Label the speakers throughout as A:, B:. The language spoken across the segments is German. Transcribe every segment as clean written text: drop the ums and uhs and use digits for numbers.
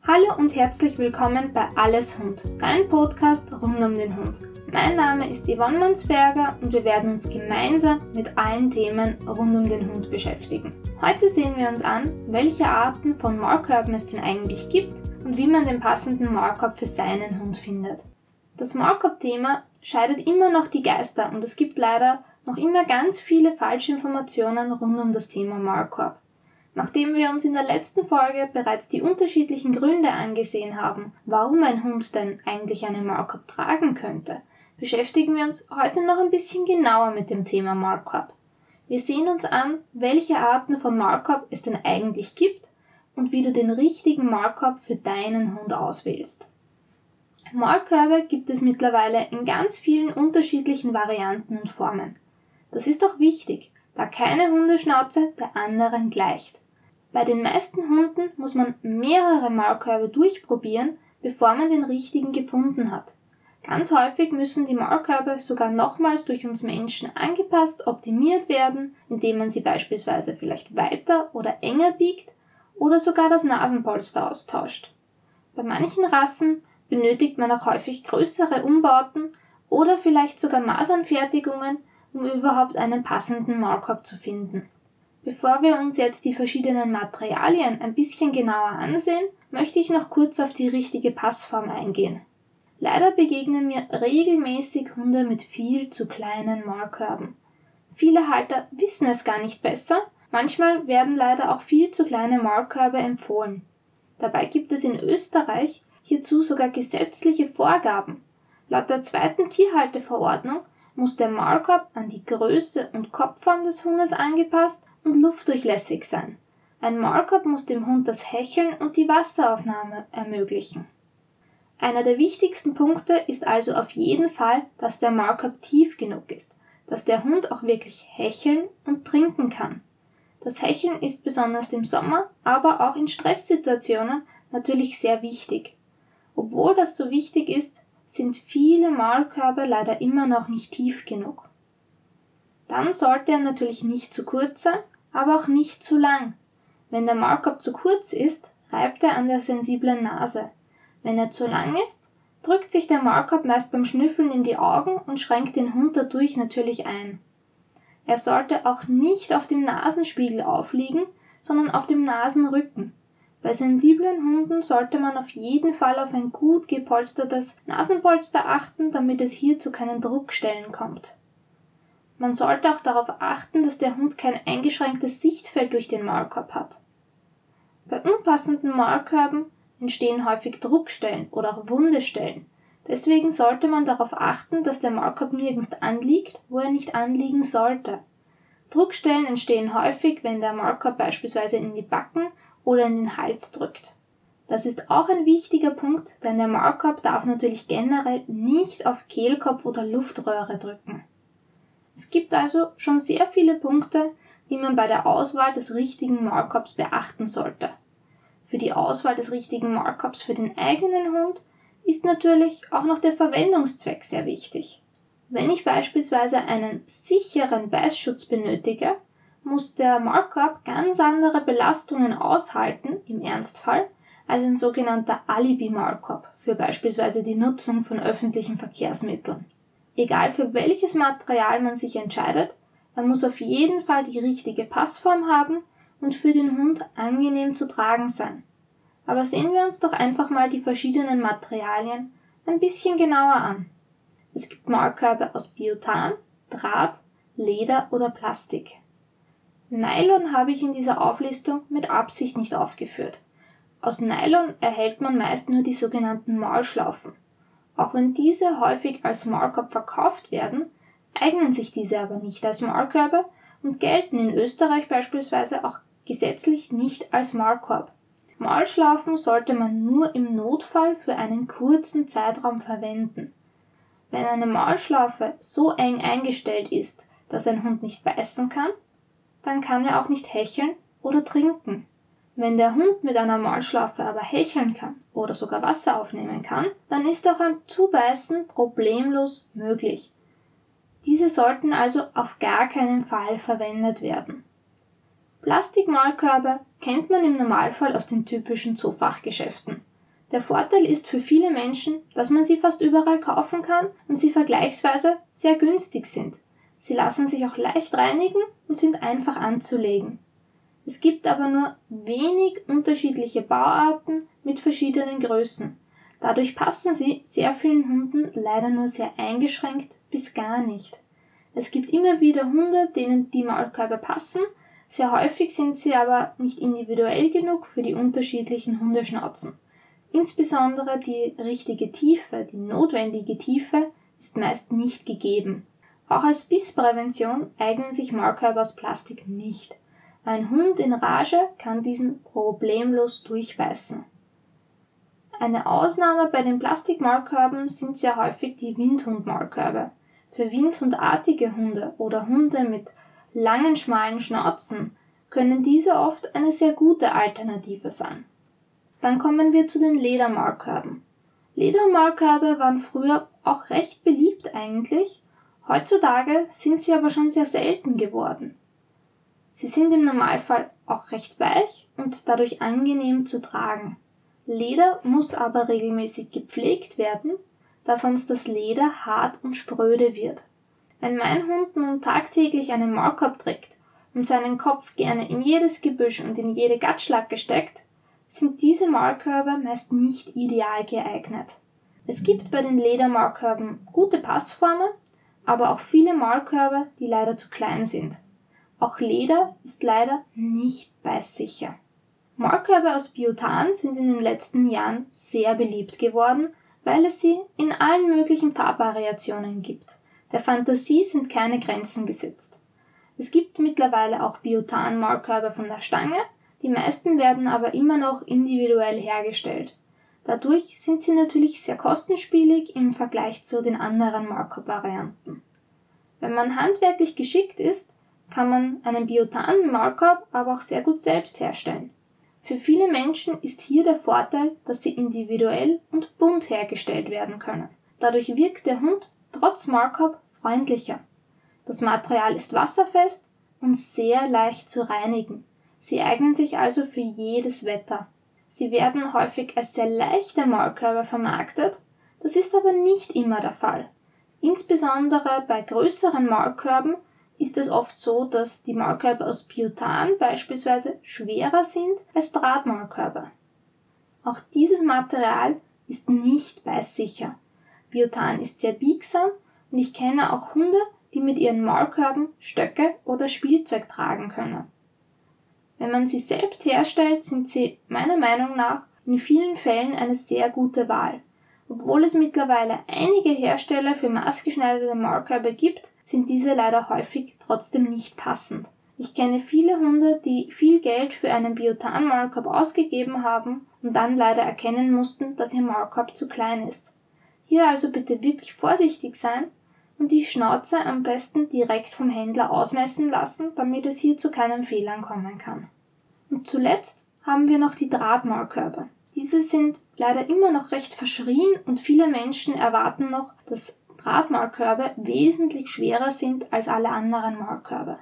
A: Hallo und herzlich willkommen bei Alles Hund, dein Podcast rund um den Hund. Mein Name ist Yvonne Mansberger und wir werden uns gemeinsam mit allen Themen rund um den Hund beschäftigen. Heute sehen wir uns an, welche Arten von Maulkörben es denn eigentlich gibt und wie man den passenden Maulkorb für seinen Hund findet. Das Maulkorb-Thema scheidet immer noch die Geister und es gibt leider noch immer ganz viele falsche Informationen rund um das Thema Maulkorb. Nachdem wir uns in der letzten Folge bereits die unterschiedlichen Gründe angesehen haben, warum ein Hund denn eigentlich einen Maulkorb tragen könnte, beschäftigen wir uns heute noch ein bisschen genauer mit dem Thema Maulkorb. Wir sehen uns an, welche Arten von Maulkorb es denn eigentlich gibt und wie du den richtigen Maulkorb für deinen Hund auswählst. Maulkörbe gibt es mittlerweile in ganz vielen unterschiedlichen Varianten und Formen. Das ist auch wichtig, da keine Hundeschnauze der anderen gleicht. Bei den meisten Hunden muss man mehrere Maulkörbe durchprobieren, bevor man den richtigen gefunden hat. Ganz häufig müssen die Maulkörbe sogar nochmals durch uns Menschen angepasst, optimiert werden, indem man sie beispielsweise vielleicht weiter oder enger biegt oder sogar das Nasenpolster austauscht. Bei manchen Rassen benötigt man auch häufig größere Umbauten oder vielleicht sogar Maßanfertigungen, um überhaupt einen passenden Maulkorb zu finden. Bevor wir uns jetzt die verschiedenen Materialien ein bisschen genauer ansehen, möchte ich noch kurz auf die richtige Passform eingehen. Leider begegnen mir regelmäßig Hunde mit viel zu kleinen Maulkörben. Viele Halter wissen es gar nicht besser, manchmal werden leider auch viel zu kleine Maulkörbe empfohlen. Dabei gibt es in Österreich hierzu sogar gesetzliche Vorgaben. Laut der 2. Tierhalteverordnung muss der Maulkorb an die Größe und Kopfform des Hundes angepasst und luftdurchlässig sein. Ein Maulkorb muss dem Hund das Hecheln und die Wasseraufnahme ermöglichen. Einer der wichtigsten Punkte ist also auf jeden Fall, dass der Maulkorb tief genug ist, dass der Hund auch wirklich hecheln und trinken kann. Das Hecheln ist besonders im Sommer, aber auch in Stresssituationen natürlich sehr wichtig. Obwohl das so wichtig ist, sind viele Maulkörbe leider immer noch nicht tief genug. Dann sollte er natürlich nicht zu kurz sein, aber auch nicht zu lang. Wenn der Maulkorb zu kurz ist, reibt er an der sensiblen Nase. Wenn er zu lang ist, drückt sich der Maulkorb meist beim Schnüffeln in die Augen und schränkt den Hund dadurch natürlich ein. Er sollte auch nicht auf dem Nasenspiegel aufliegen, sondern auf dem Nasenrücken. Bei sensiblen Hunden sollte man auf jeden Fall auf ein gut gepolstertes Nasenpolster achten, damit es hier zu keinen Druckstellen kommt. Man sollte auch darauf achten, dass der Hund kein eingeschränktes Sichtfeld durch den Maulkorb hat. Bei unpassenden Maulkörben entstehen häufig Druckstellen oder auch Wundestellen. Deswegen sollte man darauf achten, dass der Maulkorb nirgends anliegt, wo er nicht anliegen sollte. Druckstellen entstehen häufig, wenn der Maulkorb beispielsweise in die Backen oder in den Hals drückt. Das ist auch ein wichtiger Punkt, denn der Maulkorb darf natürlich generell nicht auf Kehlkopf oder Luftröhre drücken. Es gibt also schon sehr viele Punkte, die man bei der Auswahl des richtigen Maulkorbs beachten sollte. Für die Auswahl des richtigen Maulkorbs für den eigenen Hund ist natürlich auch noch der Verwendungszweck sehr wichtig. Wenn ich beispielsweise einen sicheren Beißschutz benötige, muss der Maulkorb ganz andere Belastungen aushalten, im Ernstfall, als ein sogenannter Alibi-Maulkorb für beispielsweise die Nutzung von öffentlichen Verkehrsmitteln. Egal für welches Material man sich entscheidet, er muss auf jeden Fall die richtige Passform haben und für den Hund angenehm zu tragen sein. Aber sehen wir uns doch einfach mal die verschiedenen Materialien ein bisschen genauer an. Es gibt Maulkörbe aus Biotan, Draht, Leder oder Plastik. Nylon habe ich in dieser Auflistung mit Absicht nicht aufgeführt. Aus Nylon erhält man meist nur die sogenannten Maulschlaufen. Auch wenn diese häufig als Maulkorb verkauft werden, eignen sich diese aber nicht als Maulkörbe und gelten in Österreich beispielsweise auch gesetzlich nicht als Maulkorb. Maulschlaufen sollte man nur im Notfall für einen kurzen Zeitraum verwenden. Wenn eine Maulschlaufe so eng eingestellt ist, dass ein Hund nicht beißen kann, dann kann er auch nicht hecheln oder trinken. Wenn der Hund mit einer Maulschlaufe aber hecheln kann oder sogar Wasser aufnehmen kann, dann ist auch ein Zubeißen problemlos möglich. Diese sollten also auf gar keinen Fall verwendet werden. Plastikmaulkörbe kennt man im Normalfall aus den typischen Zoofachgeschäften. Der Vorteil ist für viele Menschen, dass man sie fast überall kaufen kann und sie vergleichsweise sehr günstig sind. Sie lassen sich auch leicht reinigen und sind einfach anzulegen. Es gibt aber nur wenig unterschiedliche Bauarten mit verschiedenen Größen. Dadurch passen sie sehr vielen Hunden leider nur sehr eingeschränkt bis gar nicht. Es gibt immer wieder Hunde, denen die Maulkörbe passen, sehr häufig sind sie aber nicht individuell genug für die unterschiedlichen Hundeschnauzen. Insbesondere die richtige Tiefe, die notwendige Tiefe, ist meist nicht gegeben. Auch als Bissprävention eignen sich Maulkörbe aus Plastik nicht. Ein Hund in Rage kann diesen problemlos durchbeißen. Eine Ausnahme bei den Plastikmaulkörben sind sehr häufig die Windhundmaulkörbe. Für windhundartige Hunde oder Hunde mit langen, schmalen Schnauzen können diese oft eine sehr gute Alternative sein. Dann kommen wir zu den Ledermaulkörben. Ledermaulkörbe waren früher auch recht beliebt eigentlich, heutzutage sind sie aber schon sehr selten geworden. Sie sind im Normalfall auch recht weich und dadurch angenehm zu tragen. Leder muss aber regelmäßig gepflegt werden, da sonst das Leder hart und spröde wird. Wenn mein Hund nun tagtäglich einen Maulkorb trägt und seinen Kopf gerne in jedes Gebüsch und in jede Gatschlacke steckt, sind diese Maulkörbe meist nicht ideal geeignet. Es gibt bei den Ledermaulkörben gute Passformen, aber auch viele Maulkörbe, die leider zu klein sind. Auch Leder ist leider nicht beißsicher. Maulkörbe aus Biotan sind in den letzten Jahren sehr beliebt geworden, weil es sie in allen möglichen Farbvariationen gibt. Der Fantasie sind keine Grenzen gesetzt. Es gibt mittlerweile auch Biotan-Maulkörbe von der Stange, die meisten werden aber immer noch individuell hergestellt. Dadurch sind sie natürlich sehr kostenspielig im Vergleich zu den anderen Maulkorb-Varianten. Wenn man handwerklich geschickt ist, kann man einen Biotan-Maulkorb aber auch sehr gut selbst herstellen. Für viele Menschen ist hier der Vorteil, dass sie individuell und bunt hergestellt werden können. Dadurch wirkt der Hund trotz Maulkorb freundlicher. Das Material ist wasserfest und sehr leicht zu reinigen. Sie eignen sich also für jedes Wetter. Sie werden häufig als sehr leichte Maulkörbe vermarktet, das ist aber nicht immer der Fall. Insbesondere bei größeren Maulkörben ist es oft so, dass die Maulkörbe aus Biotan beispielsweise schwerer sind als Drahtmaulkörbe. Auch dieses Material ist nicht beißsicher. Biotan ist sehr biegsam und ich kenne auch Hunde, die mit ihren Maulkörben Stöcke oder Spielzeug tragen können. Wenn man sie selbst herstellt, sind sie meiner Meinung nach in vielen Fällen eine sehr gute Wahl. Obwohl es mittlerweile einige Hersteller für maßgeschneiderte Maulkörbe gibt, sind diese leider häufig trotzdem nicht passend. Ich kenne viele Hunde, die viel Geld für einen Biotan-Maulkorb ausgegeben haben und dann leider erkennen mussten, dass ihr Maulkorb zu klein ist. Hier also bitte wirklich vorsichtig sein und die Schnauze am besten direkt vom Händler ausmessen lassen, damit es hier zu keinen Fehlern kommen kann. Und zuletzt haben wir noch die Drahtmaulkörbe. Diese sind leider immer noch recht verschrien und viele Menschen erwarten noch, dass Drahtmaulkörbe wesentlich schwerer sind als alle anderen Maulkörbe.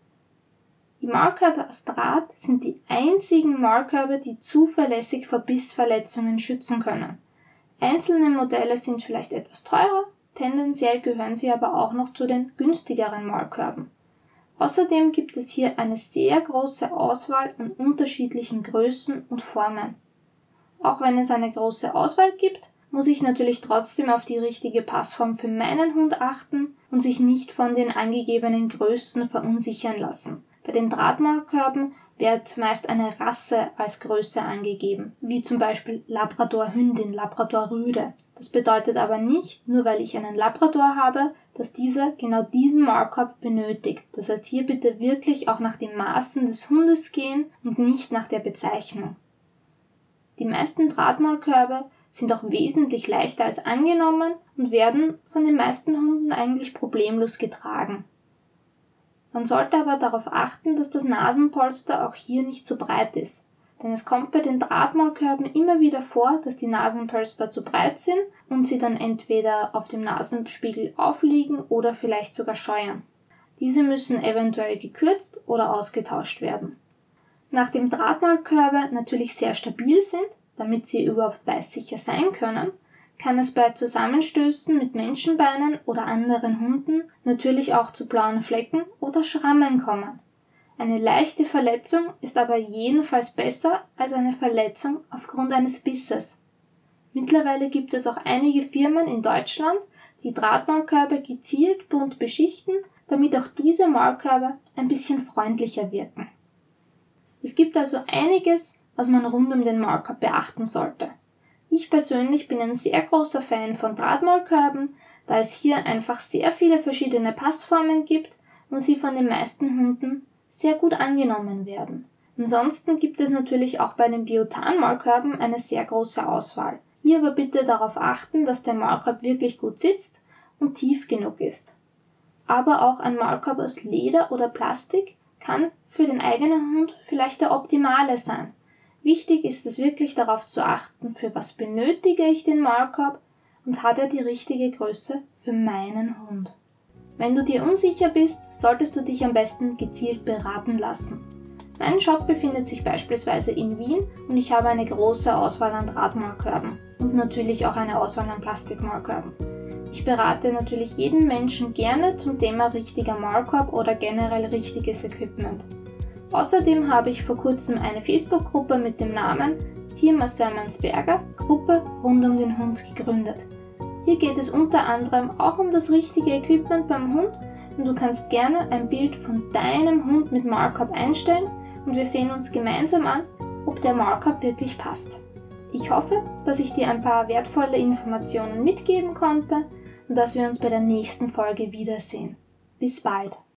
A: Die Maulkörbe aus Draht sind die einzigen Maulkörbe, die zuverlässig vor Bissverletzungen schützen können. Einzelne Modelle sind vielleicht etwas teurer, tendenziell gehören sie aber auch noch zu den günstigeren Maulkörben. Außerdem gibt es hier eine sehr große Auswahl an unterschiedlichen Größen und Formen. Auch wenn es eine große Auswahl gibt, muss ich natürlich trotzdem auf die richtige Passform für meinen Hund achten und sich nicht von den angegebenen Größen verunsichern lassen. Bei den Drahtmaulkörben wird meist eine Rasse als Größe angegeben, wie zum Beispiel Labrador-Hündin, Labrador-Rüde. Das bedeutet aber nicht, nur weil ich einen Labrador habe, dass dieser genau diesen Maulkorb benötigt. Das heißt, hier bitte wirklich auch nach den Maßen des Hundes gehen und nicht nach der Bezeichnung. Die meisten Drahtmaulkörbe sind auch wesentlich leichter als angenommen und werden von den meisten Hunden eigentlich problemlos getragen. Man sollte aber darauf achten, dass das Nasenpolster auch hier nicht zu breit ist. Denn es kommt bei den Drahtmaulkörben immer wieder vor, dass die Nasenpolster zu breit sind und sie dann entweder auf dem Nasenspiegel aufliegen oder vielleicht sogar scheuern. Diese müssen eventuell gekürzt oder ausgetauscht werden. Nachdem Drahtmaulkörbe natürlich sehr stabil sind, damit sie überhaupt beißsicher sein können, kann es bei Zusammenstößen mit Menschenbeinen oder anderen Hunden natürlich auch zu blauen Flecken oder Schrammen kommen. Eine leichte Verletzung ist aber jedenfalls besser als eine Verletzung aufgrund eines Bisses. Mittlerweile gibt es auch einige Firmen in Deutschland, die Drahtmaulkörbe gezielt bunt beschichten, damit auch diese Maulkörbe ein bisschen freundlicher wirken. Es gibt also einiges, was man rund um den Maulkorb beachten sollte. Ich persönlich bin ein sehr großer Fan von Drahtmaulkörben, da es hier einfach sehr viele verschiedene Passformen gibt und sie von den meisten Hunden sehr gut angenommen werden. Ansonsten gibt es natürlich auch bei den Biotan-Maulkörben eine sehr große Auswahl. Hier aber bitte darauf achten, dass der Maulkorb wirklich gut sitzt und tief genug ist. Aber auch ein Maulkorb aus Leder oder Plastik kann für den eigenen Hund vielleicht der optimale sein. Wichtig ist es wirklich darauf zu achten, für was benötige ich den Maulkorb und hat er die richtige Größe für meinen Hund. Wenn du dir unsicher bist, solltest du dich am besten gezielt beraten lassen. Mein Shop befindet sich beispielsweise in Wien und ich habe eine große Auswahl an Drahtmaulkörben und natürlich auch eine Auswahl an Plastikmaulkörben. Ich berate natürlich jeden Menschen gerne zum Thema richtiger Maulkorb oder generell richtiges Equipment. Außerdem habe ich vor kurzem eine Facebook-Gruppe mit dem Namen Tiermasseur Mansberger, Gruppe rund um den Hund gegründet. Hier geht es unter anderem auch um das richtige Equipment beim Hund und du kannst gerne ein Bild von deinem Hund mit Maulkorb einstellen und wir sehen uns gemeinsam an, ob der Maulkorb wirklich passt. Ich hoffe, dass ich dir ein paar wertvolle Informationen mitgeben konnte und dass wir uns bei der nächsten Folge wiedersehen. Bis bald!